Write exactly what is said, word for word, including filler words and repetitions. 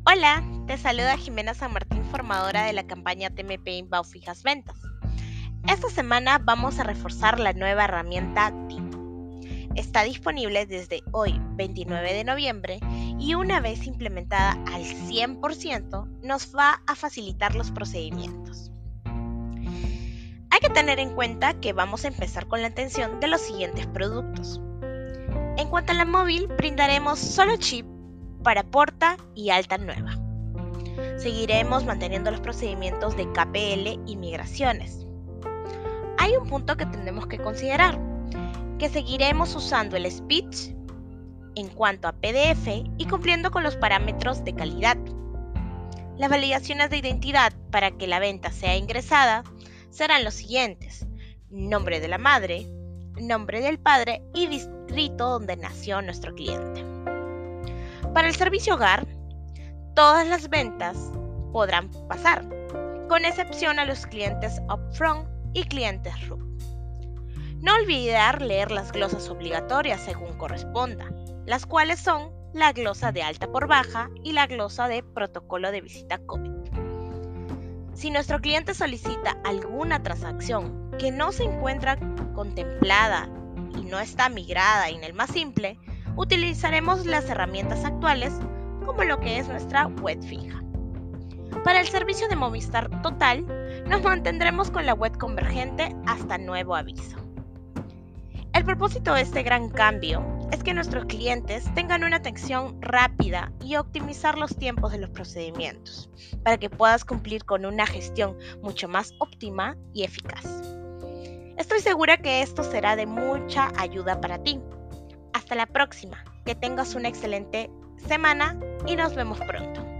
Hola, te saluda Jimena San Martín, formadora de la campaña T M P Inbound Fijas Ventas. Esta semana vamos a reforzar la nueva herramienta T I P. Está disponible desde hoy, veintinueve de noviembre, y una vez implementada al cien por ciento, nos va a facilitar los procedimientos. Hay que tener en cuenta que vamos a empezar con la atención de los siguientes productos. En cuanto a la móvil, brindaremos solo chip para porta y alta nueva. Seguiremos manteniendo los procedimientos de K P L y migraciones. Hay un punto que tenemos que considerar, que seguiremos usando el speech en cuanto a P D F y cumpliendo con los parámetros de calidad. Las validaciones de identidad para que la venta sea ingresada serán los siguientes: nombre de la madre, nombre del padre y distrito donde nació nuestro cliente. Para el servicio hogar, todas las ventas podrán pasar, con excepción a los clientes upfront y clientes R U C. No olvidar leer las glosas obligatorias según corresponda, las cuales son la glosa de alta por baja y la glosa de protocolo de visita COVID. Si nuestro cliente solicita alguna transacción que no se encuentra contemplada y no está migrada en el más simple, utilizaremos las herramientas actuales como lo que es nuestra web fija. Para el servicio de Movistar Total, nos mantendremos con la web convergente hasta nuevo aviso. El propósito de este gran cambio es que nuestros clientes tengan una atención rápida y optimizar los tiempos de los procedimientos, para que puedas cumplir con una gestión mucho más óptima y eficaz. Estoy segura que esto será de mucha ayuda para ti. Hasta la próxima, que tengas una excelente semana y nos vemos pronto.